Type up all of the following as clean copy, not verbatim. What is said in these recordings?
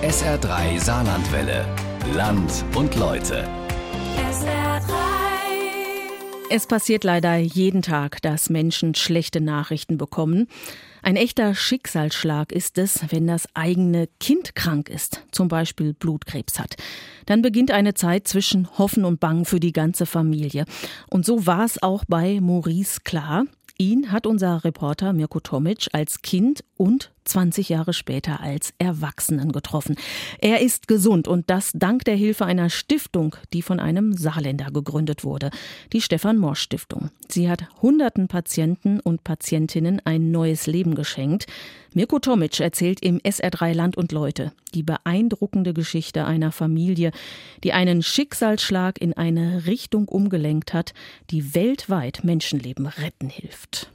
SR3 Saarlandwelle. Land und Leute. SR3. Es passiert leider jeden Tag, dass Menschen schlechte Nachrichten bekommen. Ein echter Schicksalsschlag ist es, wenn das eigene Kind krank ist, zum Beispiel Blutkrebs hat. Dann beginnt eine Zeit zwischen Hoffen und Bangen für die ganze Familie. Und so war es auch bei Maurice Klar. Ihn hat unser Reporter Mirko Tomic als Kind und 20 Jahre später als Erwachsenen getroffen. Er ist gesund und das dank der Hilfe einer Stiftung, die von einem Saarländer gegründet wurde, die Stefan-Morsch-Stiftung. Sie hat hunderten Patienten und Patientinnen ein neues Leben geschenkt. Mirko Tomic erzählt im SR3 Land und Leute die beeindruckende Geschichte einer Familie, die einen Schicksalsschlag in eine Richtung umgelenkt hat, die weltweit Menschenleben retten hilft.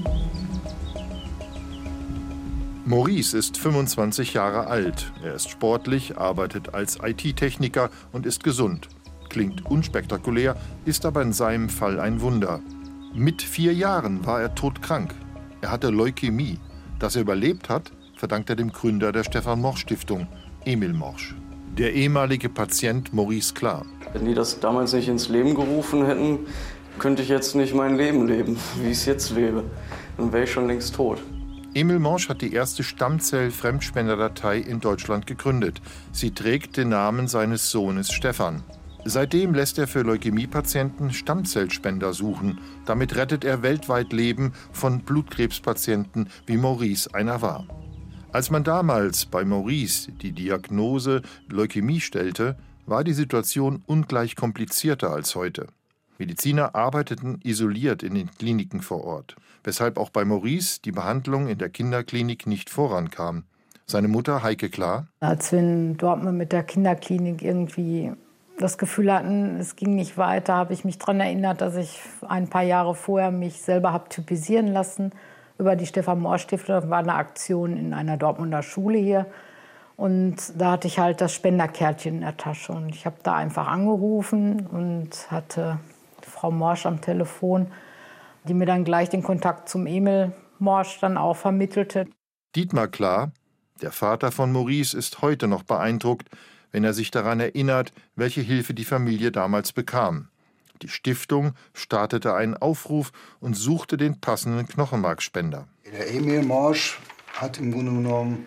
Maurice ist 25 Jahre alt. Er ist sportlich, arbeitet als IT-Techniker und ist gesund. Klingt unspektakulär, ist aber in seinem Fall ein Wunder. Mit 4 Jahren war er todkrank. Er hatte Leukämie. Dass er überlebt hat, verdankt er dem Gründer der Stefan-Morsch-Stiftung, Emil Morsch. Der ehemalige Patient Maurice Klar. Wenn die das damals nicht ins Leben gerufen hätten, könnte ich jetzt nicht mein Leben leben, wie ich es jetzt lebe. Dann wäre ich schon längst tot. Emil Morsch hat die erste Stammzell-Fremdspenderdatei in Deutschland gegründet. Sie trägt den Namen seines Sohnes Stefan. Seitdem lässt er für Leukämiepatienten Stammzellspender suchen. Damit rettet er weltweit Leben von Blutkrebspatienten, wie Maurice einer war. Als man damals bei Maurice die Diagnose Leukämie stellte, war die Situation ungleich komplizierter als heute. Mediziner arbeiteten isoliert in den Kliniken vor Ort, weshalb auch bei Maurice die Behandlung in der Kinderklinik nicht vorankam. Seine Mutter Heike Klar. Als wir in Dortmund mit der Kinderklinik irgendwie das Gefühl hatten, es ging nicht weiter, habe ich mich daran erinnert, dass ich ein paar Jahre vorher mich selber habe typisieren lassen über die Stefan-Morsch-Stiftung. Das war eine Aktion in einer Dortmunder Schule hier. Und da hatte ich halt das Spenderkärtchen in der Tasche. Und ich habe da einfach angerufen und hatte Frau Morsch am Telefon, die mir dann gleich den Kontakt zum Emil Morsch dann auch vermittelte. Dietmar Klar, der Vater von Maurice, ist heute noch beeindruckt, wenn er sich daran erinnert, welche Hilfe die Familie damals bekam. Die Stiftung startete einen Aufruf und suchte den passenden Knochenmarkspender. Der Emil Morsch hat im Grunde genommen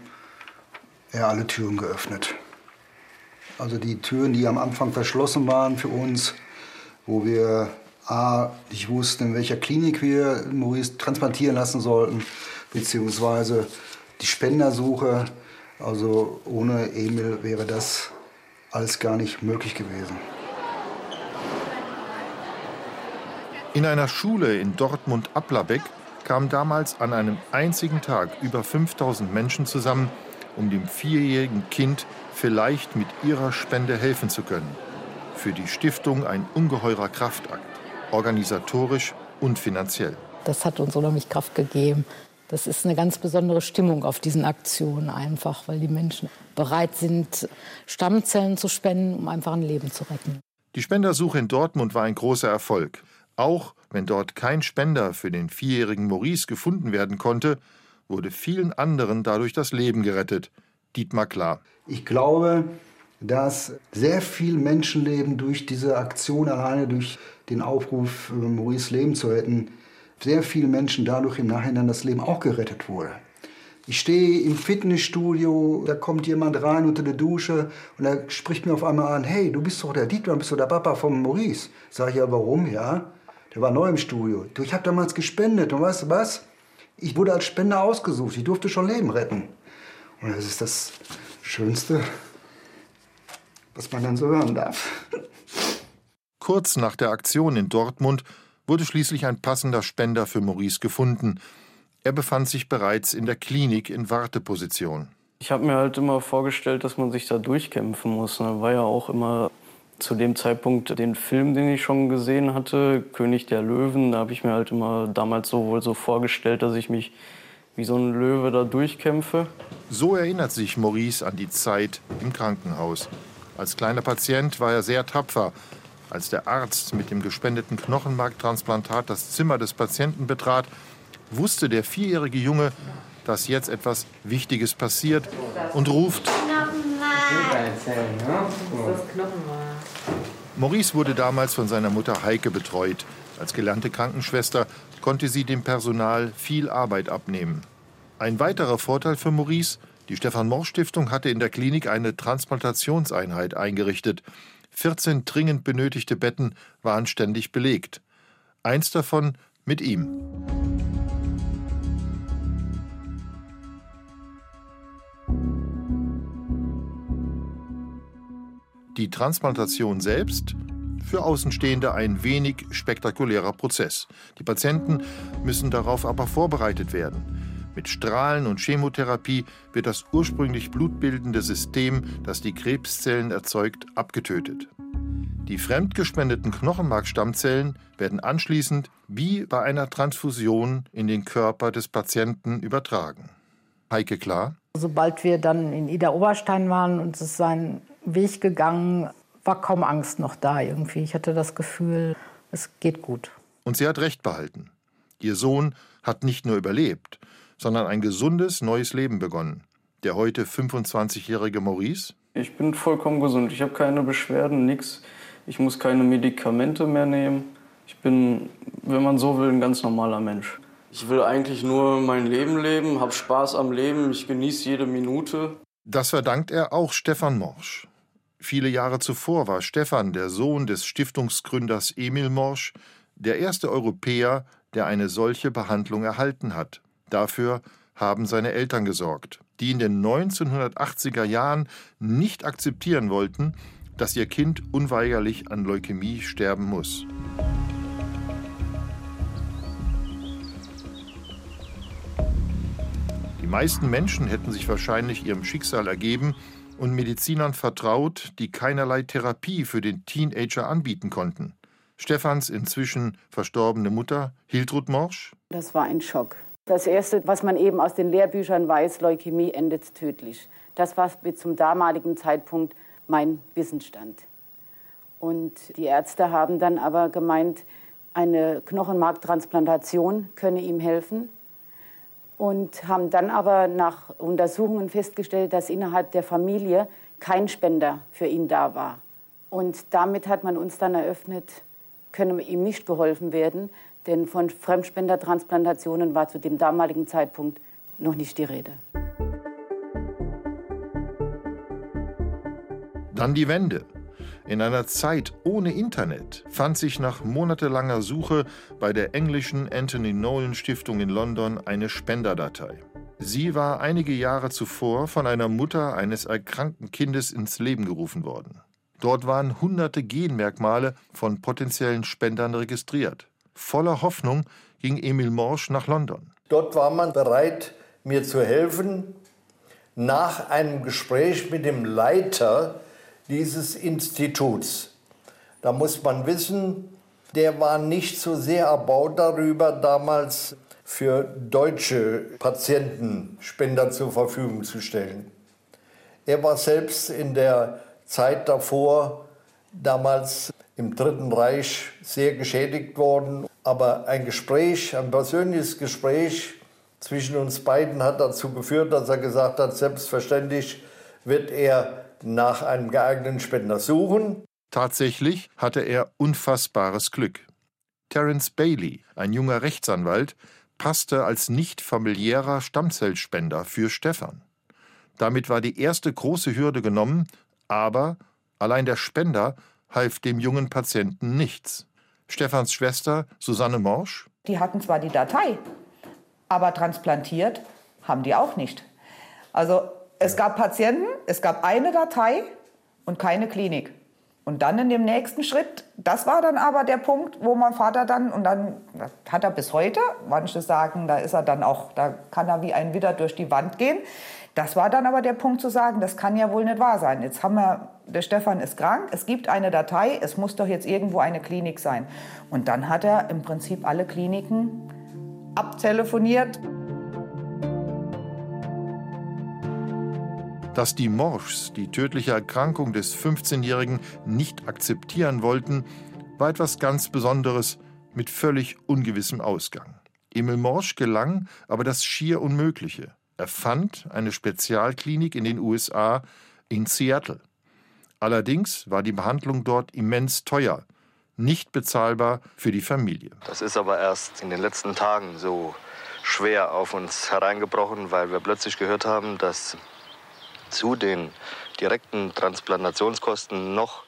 alle Türen geöffnet. Also die Türen, die am Anfang verschlossen waren für uns, wo wir nicht wussten, in welcher Klinik wir Maurice transplantieren lassen sollten, beziehungsweise die Spendersuche. Also ohne Emil wäre das alles gar nicht möglich gewesen. In einer Schule in Dortmund-Applerbeck kamen damals an einem einzigen Tag über 5000 Menschen zusammen, um dem 4-jährigen Kind vielleicht mit ihrer Spende helfen zu können. Für die Stiftung ein ungeheurer Kraftakt, organisatorisch und finanziell. Das hat uns unheimlich Kraft gegeben. Das ist eine ganz besondere Stimmung auf diesen Aktionen einfach, weil die Menschen bereit sind, Stammzellen zu spenden, um einfach ein Leben zu retten. Die Spendersuche in Dortmund war ein großer Erfolg. Auch wenn dort kein Spender für den 4-jährigen Maurice gefunden werden konnte, wurde vielen anderen dadurch das Leben gerettet. Dietmar Klar. Ich glaube, dass sehr viel Menschenleben durch diese Aktion, alleine durch den Aufruf, Maurice Leben zu retten, sehr viele Menschen dadurch im Nachhinein das Leben auch gerettet wurde. Ich stehe im Fitnessstudio, da kommt jemand rein unter der Dusche und er spricht mir auf einmal an, hey, du bist doch der Dietmar, bist doch der Papa von Maurice. Sag ich, ja, warum? Ja, der war neu im Studio. Du, ich habe damals gespendet und weißt du was? Ich wurde als Spender ausgesucht, ich durfte schon Leben retten. Und das ist das Schönste, was man dann so hören darf. Kurz nach der Aktion in Dortmund wurde schließlich ein passender Spender für Maurice gefunden. Er befand sich bereits in der Klinik in Warteposition. Ich habe mir halt immer vorgestellt, dass man sich da durchkämpfen muss. Da war ja auch immer zu dem Zeitpunkt den Film, den ich schon gesehen hatte, König der Löwen. Da habe ich mir halt immer damals wohl so vorgestellt, dass ich mich wie so ein Löwe da durchkämpfe. So erinnert sich Maurice an die Zeit im Krankenhaus. Als kleiner Patient war er sehr tapfer. Als der Arzt mit dem gespendeten Knochenmarktransplantat das Zimmer des Patienten betrat, wusste der 4-jährige Junge, dass jetzt etwas Wichtiges passiert und ruft: Das Knochenmark. Maurice wurde damals von seiner Mutter Heike betreut. Als gelernte Krankenschwester konnte sie dem Personal viel Arbeit abnehmen. Ein weiterer Vorteil für Maurice: die Stefan-Morsch-Stiftung hatte in der Klinik eine Transplantationseinheit eingerichtet. 14 dringend benötigte Betten waren ständig belegt. Eins davon mit ihm. Die Transplantation selbst, für Außenstehende ein wenig spektakulärer Prozess. Die Patienten müssen darauf aber vorbereitet werden. Mit Strahlen und Chemotherapie wird das ursprünglich blutbildende System, das die Krebszellen erzeugt, abgetötet. Die fremdgespendeten Knochenmarkstammzellen werden anschließend wie bei einer Transfusion in den Körper des Patienten übertragen. Heike klar? Sobald wir dann in Idar-Oberstein waren und es ist seinen Weg gegangen, war kaum Angst noch da irgendwie. Ich hatte das Gefühl, es geht gut. Und sie hat recht behalten. Ihr Sohn hat nicht nur überlebt, sondern ein gesundes, neues Leben begonnen. Der heute 25-jährige Maurice? Ich bin vollkommen gesund. Ich habe keine Beschwerden, nichts. Ich muss keine Medikamente mehr nehmen. Ich bin, wenn man so will, ein ganz normaler Mensch. Ich will eigentlich nur mein Leben leben, habe Spaß am Leben, ich genieße jede Minute. Das verdankt er auch Stefan Morsch. Viele Jahre zuvor war Stefan, der Sohn des Stiftungsgründers Emil Morsch, der erste Europäer, der eine solche Behandlung erhalten hat. Dafür haben seine Eltern gesorgt, die in den 1980er Jahren nicht akzeptieren wollten, dass ihr Kind unweigerlich an Leukämie sterben muss. Die meisten Menschen hätten sich wahrscheinlich ihrem Schicksal ergeben und Medizinern vertraut, die keinerlei Therapie für den Teenager anbieten konnten. Stefans inzwischen verstorbene Mutter, Hiltrud Morsch. Das war ein Schock. Das Erste, was man eben aus den Lehrbüchern weiß, Leukämie endet tödlich. Das war bis zum damaligen Zeitpunkt mein Wissensstand. Und die Ärzte haben dann aber gemeint, eine Knochenmarktransplantation könne ihm helfen. Und haben dann aber nach Untersuchungen festgestellt, dass innerhalb der Familie kein Spender für ihn da war. Und damit hat man uns dann eröffnet, könne ihm nicht geholfen werden, denn von Fremdspendertransplantationen war zu dem damaligen Zeitpunkt noch nicht die Rede. Dann die Wende. In einer Zeit ohne Internet fand sich nach monatelanger Suche bei der englischen Anthony Nolan Stiftung in London eine Spenderdatei. Sie war einige Jahre zuvor von einer Mutter eines erkrankten Kindes ins Leben gerufen worden. Dort waren hunderte Genmerkmale von potenziellen Spendern registriert. Voller Hoffnung ging Emil Morsch nach London. Dort war man bereit, mir zu helfen. Nach einem Gespräch mit dem Leiter dieses Instituts. Da muss man wissen, der war nicht so sehr erbaut darüber, damals für deutsche Patienten Spender zur Verfügung zu stellen. Er war selbst in der Zeit davor, damals im Dritten Reich, sehr geschädigt worden. Aber ein Gespräch, ein persönliches Gespräch zwischen uns beiden hat dazu geführt, dass er gesagt hat, selbstverständlich wird er nach einem geeigneten Spender suchen. Tatsächlich hatte er unfassbares Glück. Terence Bailey, ein junger Rechtsanwalt, passte als nicht familiärer Stammzellspender für Stefan. Damit war die erste große Hürde genommen, aber allein der Spender half dem jungen Patienten nichts. Stefans Schwester Susanne Morsch. Die hatten zwar die Datei, aber transplantiert haben die auch nicht. Also es gab Patienten, es gab eine Datei und keine Klinik. Und dann in dem nächsten Schritt, das war dann aber der Punkt, wo mein Vater dann, und dann hat er bis heute, manche sagen, da ist er dann auch, da kann er wie ein Widder durch die Wand gehen. Das war dann aber der Punkt zu sagen, das kann ja wohl nicht wahr sein. Jetzt haben wir, der Stefan ist krank, es gibt eine Datei, es muss doch jetzt irgendwo eine Klinik sein. Und dann hat er im Prinzip alle Kliniken abtelefoniert. Dass die Morschs die tödliche Erkrankung des 15-Jährigen nicht akzeptieren wollten, war etwas ganz Besonderes mit völlig ungewissem Ausgang. Emil Morsch gelang aber das schier Unmögliche. Er fand eine Spezialklinik in den USA, in Seattle. Allerdings war die Behandlung dort immens teuer, nicht bezahlbar für die Familie. Das ist aber erst in den letzten Tagen so schwer auf uns hereingebrochen, weil wir plötzlich gehört haben, dass zu den direkten Transplantationskosten noch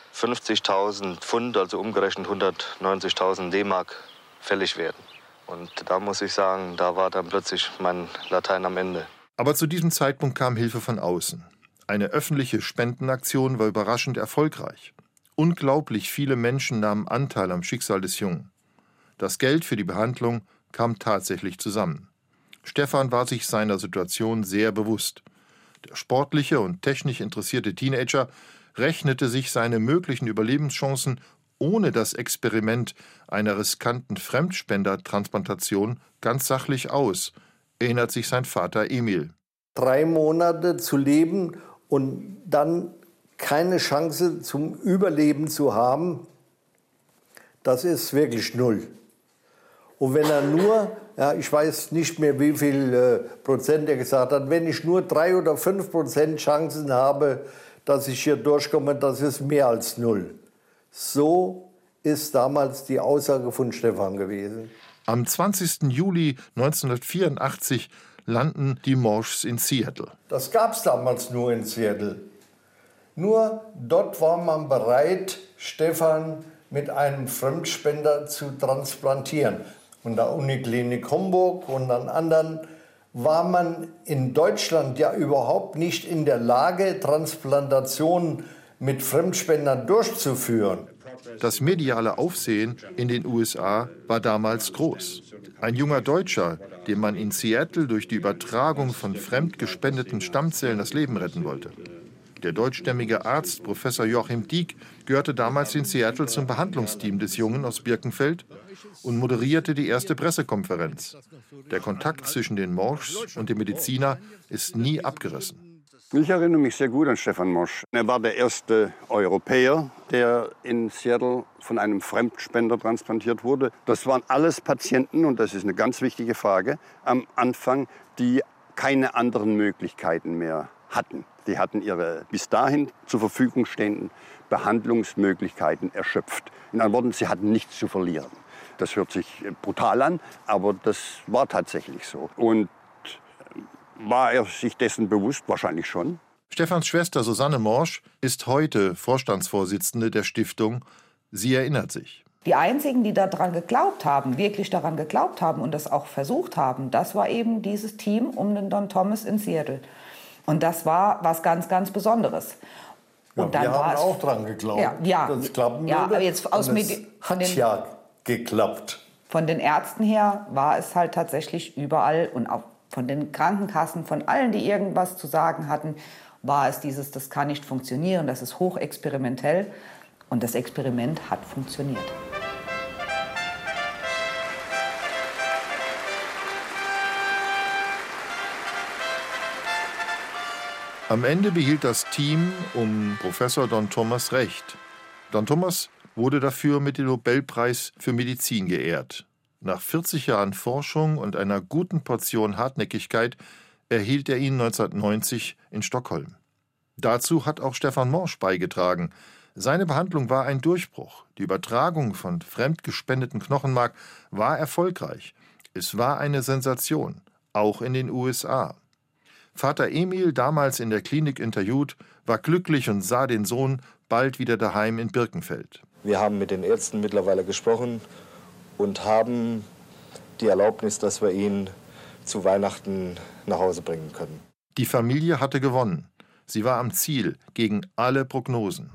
50.000 Pfund, also umgerechnet 190.000 D-Mark, fällig werden. Und da muss ich sagen, da war dann plötzlich mein Latein am Ende. Aber zu diesem Zeitpunkt kam Hilfe von außen. Eine öffentliche Spendenaktion war überraschend erfolgreich. Unglaublich viele Menschen nahmen Anteil am Schicksal des Jungen. Das Geld für die Behandlung kam tatsächlich zusammen. Stefan war sich seiner Situation sehr bewusst. Der sportliche und technisch interessierte Teenager rechnete sich seine möglichen Überlebenschancen ohne das Experiment einer riskanten Fremdspendertransplantation ganz sachlich aus, erinnert sich sein Vater Emil. 3 Monate zu leben und dann keine Chance zum Überleben zu haben, das ist wirklich null. Und wenn er nur, ich weiß nicht mehr, wie viel Prozent er gesagt hat, wenn ich nur 3 oder 5% Chancen habe, dass ich hier durchkomme, das ist mehr als null. So ist damals die Aussage von Stefan gewesen. Am 20. Juli 1984 landen die Morschs in Seattle. Das gab es damals nur in Seattle. Nur dort war man bereit, Stefan mit einem Fremdspender zu transplantieren. Und der Uniklinik Homburg und an anderen war man in Deutschland ja überhaupt nicht in der Lage, Transplantationen mit Fremdspendern durchzuführen. Das mediale Aufsehen in den USA war damals groß. Ein junger Deutscher, dem man in Seattle durch die Übertragung von fremdgespendeten Stammzellen das Leben retten wollte. Der deutschstämmige Arzt Professor Joachim Dieck gehörte damals in Seattle zum Behandlungsteam des Jungen aus Birkenfeld und moderierte die erste Pressekonferenz. Der Kontakt zwischen den Morschs und dem Mediziner ist nie abgerissen. Ich erinnere mich sehr gut an Stefan Morsch. Er war der erste Europäer, der in Seattle von einem Fremdspender transplantiert wurde. Das waren alles Patienten, und das ist eine ganz wichtige Frage, am Anfang, die keine anderen Möglichkeiten mehr hatten. Die hatten ihre bis dahin zur Verfügung stehenden Behandlungsmöglichkeiten erschöpft. In anderen Worten, sie hatten nichts zu verlieren. Das hört sich brutal an, aber das war tatsächlich so. Und war er sich dessen bewusst? Wahrscheinlich schon. Stefans Schwester Susanne Morsch ist heute Vorstandsvorsitzende der Stiftung. Sie erinnert sich. Die einzigen, die daran geglaubt haben, wirklich daran geglaubt haben und das auch versucht haben, das war eben dieses Team um den Don Thomas in Seattle. Und das war was ganz, ganz Besonderes. Und ja, dann wir war haben es auch dran geglaubt, dass es klappen würde. Ja, aber jetzt aus und es hat ja geklappt. Von den Ärzten her war es halt tatsächlich überall und auch von den Krankenkassen, von allen, die irgendwas zu sagen hatten, war es dieses, das kann nicht funktionieren, das ist hochexperimentell. Und das Experiment hat funktioniert. Am Ende behielt das Team um Professor Don Thomas recht. Don Thomas wurde dafür mit dem Nobelpreis für Medizin geehrt. Nach 40 Jahren Forschung und einer guten Portion Hartnäckigkeit erhielt er ihn 1990 in Stockholm. Dazu hat auch Stefan Morsch beigetragen. Seine Behandlung war ein Durchbruch. Die Übertragung von fremdgespendeten Knochenmark war erfolgreich. Es war eine Sensation, auch in den USA. Vater Emil, damals in der Klinik interviewt, war glücklich und sah den Sohn bald wieder daheim in Birkenfeld. Wir haben mit den Ärzten mittlerweile gesprochen und haben die Erlaubnis, dass wir ihn zu Weihnachten nach Hause bringen können. Die Familie hatte gewonnen. Sie war am Ziel gegen alle Prognosen.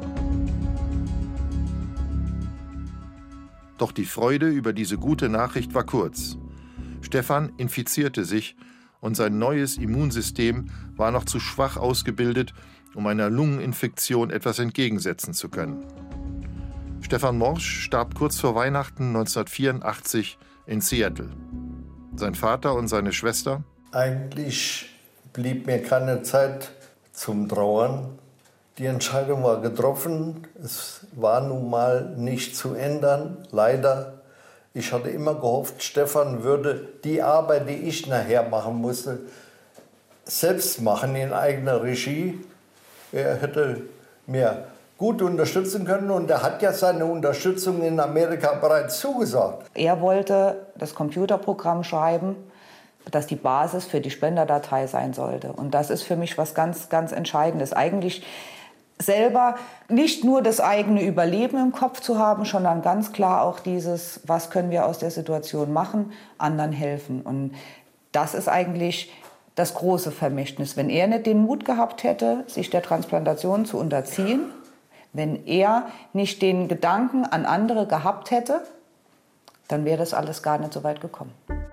Doch die Freude über diese gute Nachricht war kurz. Stefan infizierte sich und sein neues Immunsystem war noch zu schwach ausgebildet, um einer Lungeninfektion etwas entgegensetzen zu können. Stefan Morsch starb kurz vor Weihnachten 1984 in Seattle. Sein Vater und seine Schwester? Eigentlich blieb mir keine Zeit zum Trauern. Die Entscheidung war getroffen. Es war nun mal nicht zu ändern, leider. Ich hatte immer gehofft, Stefan würde die Arbeit, die ich nachher machen musste, selbst machen in eigener Regie. Er hätte mir gut unterstützen können und er hat ja seine Unterstützung in Amerika bereits zugesagt. Er wollte das Computerprogramm schreiben, das die Basis für die Spenderdatei sein sollte. Und das ist für mich was ganz, ganz Entscheidendes. Eigentlich selber nicht nur das eigene Überleben im Kopf zu haben, sondern ganz klar auch dieses, was können wir aus der Situation machen, anderen helfen. Und das ist eigentlich das große Vermächtnis. Wenn er nicht den Mut gehabt hätte, sich der Transplantation zu unterziehen, wenn er nicht den Gedanken an andere gehabt hätte, dann wäre das alles gar nicht so weit gekommen.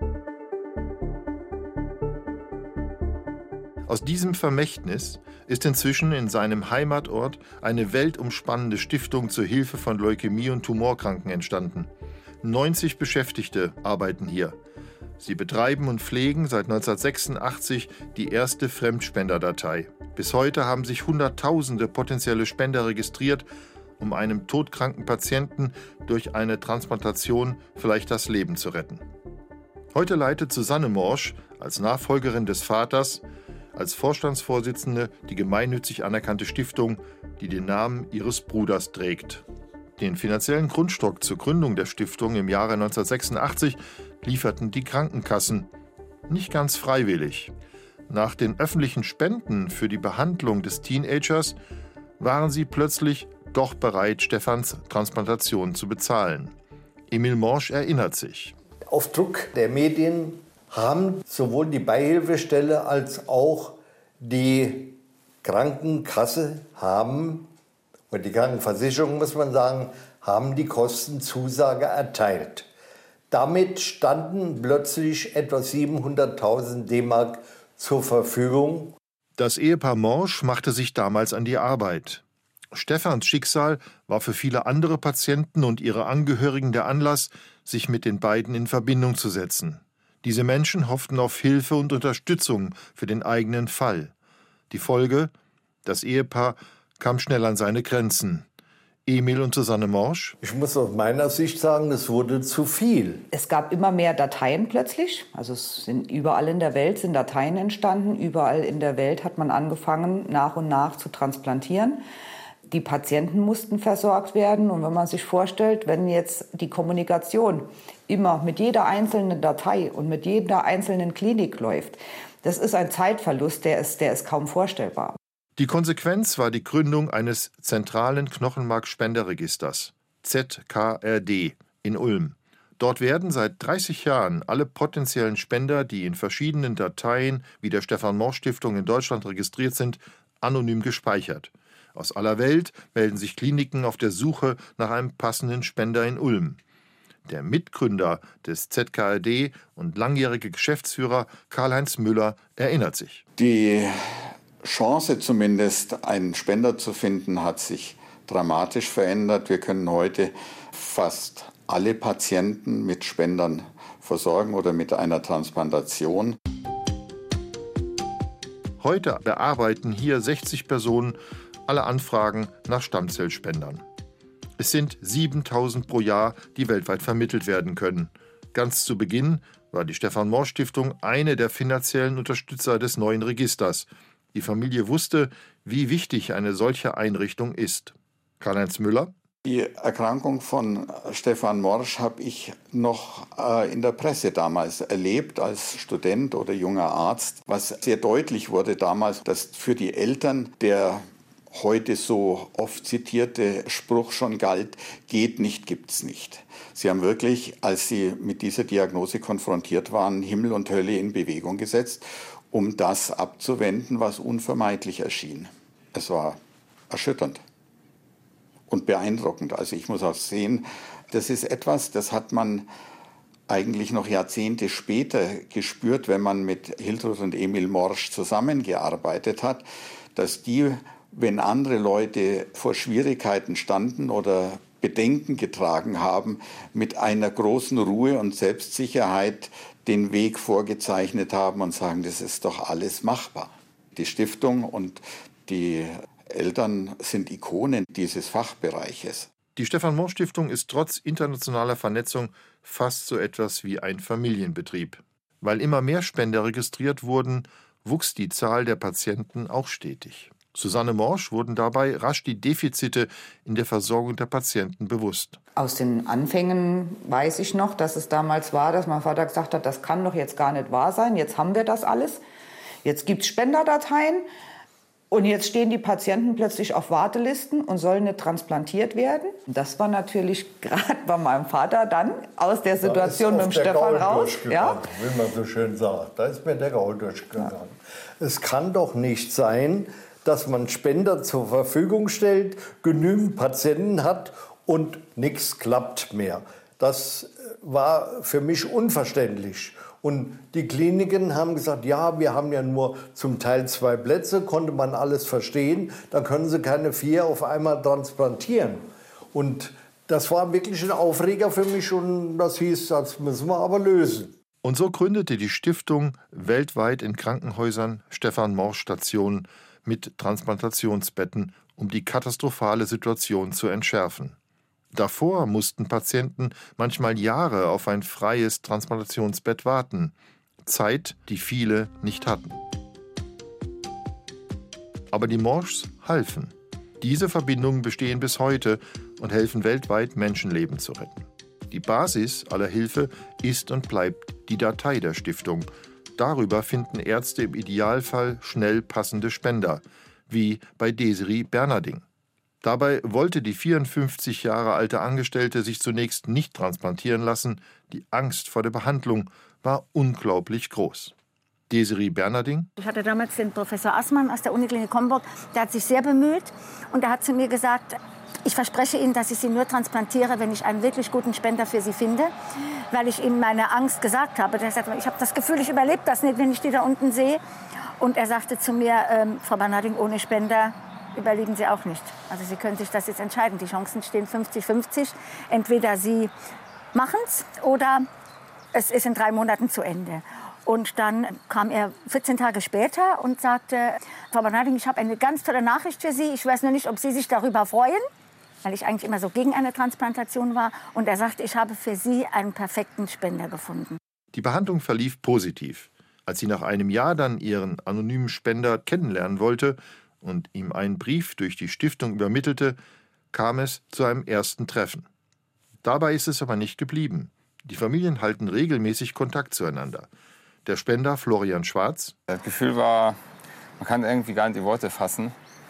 Aus diesem Vermächtnis ist inzwischen in seinem Heimatort eine weltumspannende Stiftung zur Hilfe von Leukämie- und Tumorkranken entstanden. 90 Beschäftigte arbeiten hier. Sie betreiben und pflegen seit 1986 die erste Fremdspenderdatei. Bis heute haben sich Hunderttausende potenzielle Spender registriert, um einem todkranken Patienten durch eine Transplantation vielleicht das Leben zu retten. Heute leitet Susanne Morsch als Nachfolgerin des Vaters, als Vorstandsvorsitzende die gemeinnützig anerkannte Stiftung, die den Namen ihres Bruders trägt. Den finanziellen Grundstock zur Gründung der Stiftung im Jahre 1986 lieferten die Krankenkassen, nicht ganz freiwillig. Nach den öffentlichen Spenden für die Behandlung des Teenagers waren sie plötzlich doch bereit, Stefans Transplantation zu bezahlen. Emil Morsch erinnert sich. Auf Druck der Medien haben sowohl die Beihilfestelle als auch die Krankenkasse und die Krankenversicherung, muss man sagen, haben die Kostenzusage erteilt. Damit standen plötzlich etwa 700.000 D-Mark zur Verfügung. Das Ehepaar Morsch machte sich damals an die Arbeit. Stefans Schicksal war für viele andere Patienten und ihre Angehörigen der Anlass, sich mit den beiden in Verbindung zu setzen. Diese Menschen hofften auf Hilfe und Unterstützung für den eigenen Fall. Die Folge: Das Ehepaar kam schnell an seine Grenzen. Emil und Susanne Morsch. Ich muss aus meiner Sicht sagen, es wurde zu viel. Es gab immer mehr Dateien plötzlich. Also es sind überall in der Welt sind Dateien entstanden. Überall in der Welt hat man angefangen, nach und nach zu transplantieren. Die Patienten mussten versorgt werden. Und wenn man sich vorstellt, wenn jetzt die Kommunikation immer mit jeder einzelnen Datei und mit jeder einzelnen Klinik läuft, das ist ein Zeitverlust, der ist kaum vorstellbar. Die Konsequenz war die Gründung eines zentralen Knochenmarkspenderregisters, ZKRD, in Ulm. Dort werden seit 30 Jahren alle potenziellen Spender, die in verschiedenen Dateien wie der Stefan-Morsch-Stiftung in Deutschland registriert sind, anonym gespeichert. Aus aller Welt melden sich Kliniken auf der Suche nach einem passenden Spender in Ulm. Der Mitgründer des ZKRD und langjährige Geschäftsführer Karl-Heinz Müller erinnert sich. Die Chance zumindest, einen Spender zu finden, hat sich dramatisch verändert. Wir können heute fast alle Patienten mit Spendern versorgen oder mit einer Transplantation. Heute bearbeiten hier 60 Personen alle Anfragen nach Stammzellspendern. Es sind 7.000 pro Jahr, die weltweit vermittelt werden können. Ganz zu Beginn war die Stefan-Morsch-Stiftung eine der finanziellen Unterstützer des neuen Registers. Die Familie wusste, wie wichtig eine solche Einrichtung ist. Karl-Heinz Müller. Die Erkrankung von Stefan Morsch habe ich noch in der Presse damals erlebt, als Student oder junger Arzt. Was sehr deutlich wurde damals, dass für die Eltern der heute so oft zitierte Spruch schon galt: geht nicht, gibt's nicht. Sie haben wirklich, als sie mit dieser Diagnose konfrontiert waren, Himmel und Hölle in Bewegung gesetzt, um das abzuwenden, was unvermeidlich erschien. Es war erschütternd und beeindruckend. Also ich muss auch sehen, das ist etwas, das hat man eigentlich noch Jahrzehnte später gespürt, wenn man mit Hiltrud und Emil Morsch zusammengearbeitet hat, dass die, wenn andere Leute vor Schwierigkeiten standen oder Bedenken getragen haben, mit einer großen Ruhe und Selbstsicherheit den Weg vorgezeichnet haben und sagen, das ist doch alles machbar. Die Stiftung und die Eltern sind Ikonen dieses Fachbereiches. Die Stefan-Morsch-Stiftung ist trotz internationaler Vernetzung fast so etwas wie ein Familienbetrieb. Weil immer mehr Spender registriert wurden, wuchs die Zahl der Patienten auch stetig. Susanne Morsch wurden dabei rasch die Defizite in der Versorgung der Patienten bewusst. Aus den Anfängen weiß ich noch, dass es damals war, dass mein Vater gesagt hat, das kann doch jetzt gar nicht wahr sein, jetzt haben wir das alles, jetzt gibt es Spenderdateien und jetzt stehen die Patienten plötzlich auf Wartelisten und sollen nicht transplantiert werden. Das war natürlich gerade bei meinem Vater dann aus der Situation mit dem Stefan raus. Ja? Wie man so schön sagt, da ist mir der Gaul durchgegangen. Ja. Es kann doch nicht sein, dass man Spender zur Verfügung stellt, genügend Patienten hat und nichts klappt mehr. Das war für mich unverständlich. Und die Kliniken haben gesagt, ja, wir haben ja nur zum Teil 2 Plätze, konnte man alles verstehen, dann können sie keine 4 auf einmal transplantieren. Und das war wirklich ein Aufreger für mich und das hieß, das müssen wir aber lösen. Und so gründete die Stiftung weltweit in Krankenhäusern Stefan-Morsch-Stationen mit Transplantationsbetten, um die katastrophale Situation zu entschärfen. Davor mussten Patienten manchmal Jahre auf ein freies Transplantationsbett warten. Zeit, die viele nicht hatten. Aber die Morschs halfen. Diese Verbindungen bestehen bis heute und helfen weltweit, Menschenleben zu retten. Die Basis aller Hilfe ist und bleibt die Datei der Stiftung. Darüber finden Ärzte im Idealfall schnell passende Spender, wie bei Desiree Bernarding. Dabei wollte die 54 Jahre alte Angestellte sich zunächst nicht transplantieren lassen. Die Angst vor der Behandlung war unglaublich groß. Desiree Bernarding. Ich hatte damals den Professor Assmann aus der Uniklinik Homburg, der hat sich sehr bemüht und der hat zu mir gesagt, ich verspreche Ihnen, dass ich Sie nur transplantiere, wenn ich einen wirklich guten Spender für Sie finde, weil ich ihm meine Angst gesagt habe. Der sagte, ich habe das Gefühl, ich überlebe das nicht, wenn ich die da unten sehe. Und er sagte zu mir, Frau Bernarding, ohne Spender überleben Sie auch nicht. Also Sie können sich das jetzt entscheiden. Die Chancen stehen 50-50. Entweder Sie machen es oder es ist in 3 Monaten zu Ende. Und dann kam er 14 Tage später und sagte, Frau Bernarding, ich habe eine ganz tolle Nachricht für Sie. Ich weiß nur nicht, ob Sie sich darüber freuen, weil ich eigentlich immer so gegen eine Transplantation war. Und er sagte, ich habe für Sie einen perfekten Spender gefunden. Die Behandlung verlief positiv. Als sie nach einem Jahr dann ihren anonymen Spender kennenlernen wollte und ihm einen Brief durch die Stiftung übermittelte, kam es zu einem ersten Treffen. Dabei ist es aber nicht geblieben. Die Familien halten regelmäßig Kontakt zueinander. Der Spender Florian Schwarz. Das Gefühl war, man kann irgendwie gar nicht in Worte fassen,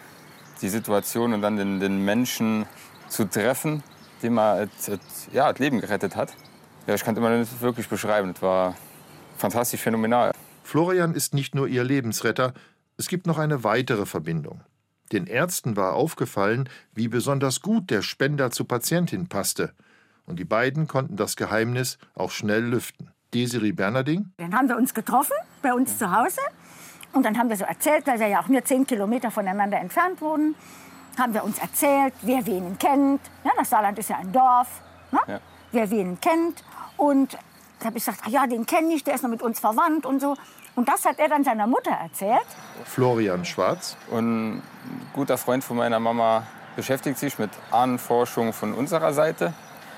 die Situation und dann den Menschen zu treffen, dem man das Leben gerettet hat. Ja, ich kann es immer nicht wirklich beschreiben. Das war fantastisch, phänomenal. Florian ist nicht nur ihr Lebensretter, es gibt noch eine weitere Verbindung. Den Ärzten war aufgefallen, wie besonders gut der Spender zur Patientin passte. Und die beiden konnten das Geheimnis auch schnell lüften. Desiree Bernarding. Dann haben wir uns getroffen, bei uns zu Hause. Und dann haben wir so erzählt, weil wir ja auch nur 10 Kilometer voneinander entfernt wohnen, haben wir uns erzählt, wer wen kennt. Ja, das Saarland ist ja ein Dorf. Ne? Ja. Wer wen kennt. Und da habe ich gesagt, ja, den kenne ich, der ist noch mit uns verwandt und so. Und das hat er dann seiner Mutter erzählt. Florian Schwarz. Und ein guter Freund von meiner Mama beschäftigt sich mit Ahnenforschung von unserer Seite.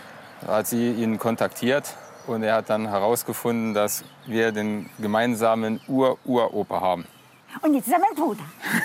Da hat sie ihn kontaktiert und er hat dann herausgefunden, dass wir den gemeinsamen Uropa haben. Und jetzt ist er mein Bruder.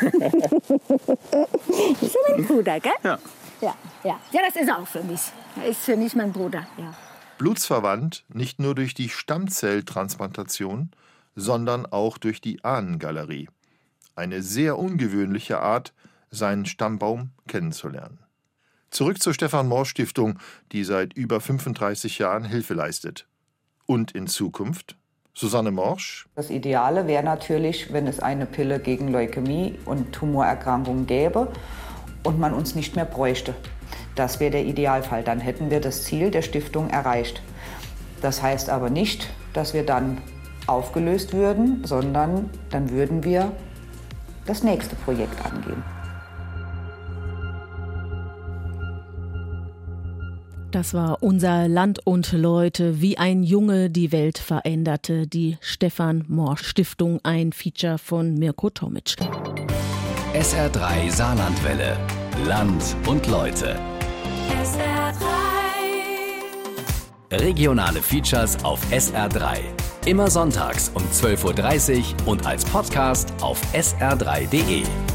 Jetzt ist er mein Bruder, gell? Ja. Ja, das ist er auch für mich. Er ist für mich mein Bruder, ja. Blutsverwandt nicht nur durch die Stammzelltransplantation, sondern auch durch die Ahnengalerie. Eine sehr ungewöhnliche Art, seinen Stammbaum kennenzulernen. Zurück zur Stefan-Morsch-Stiftung, die seit über 35 Jahren Hilfe leistet. Und in Zukunft? Susanne Morsch. Das Ideale wäre natürlich, wenn es eine Pille gegen Leukämie und Tumorerkrankungen gäbe und man uns nicht mehr bräuchte. Das wäre der Idealfall. Dann hätten wir das Ziel der Stiftung erreicht. Das heißt aber nicht, dass wir dann aufgelöst würden, sondern dann würden wir das nächste Projekt angehen. Das war unser Land und Leute, wie ein Junge die Welt veränderte. Die Stefan-Morsch-Stiftung, ein Feature von Mirko Tomic. SR3 Saarlandwelle. Land und Leute. SR3. Regionale Features auf SR3. Immer sonntags um 12:30 Uhr und als Podcast auf sr3.de.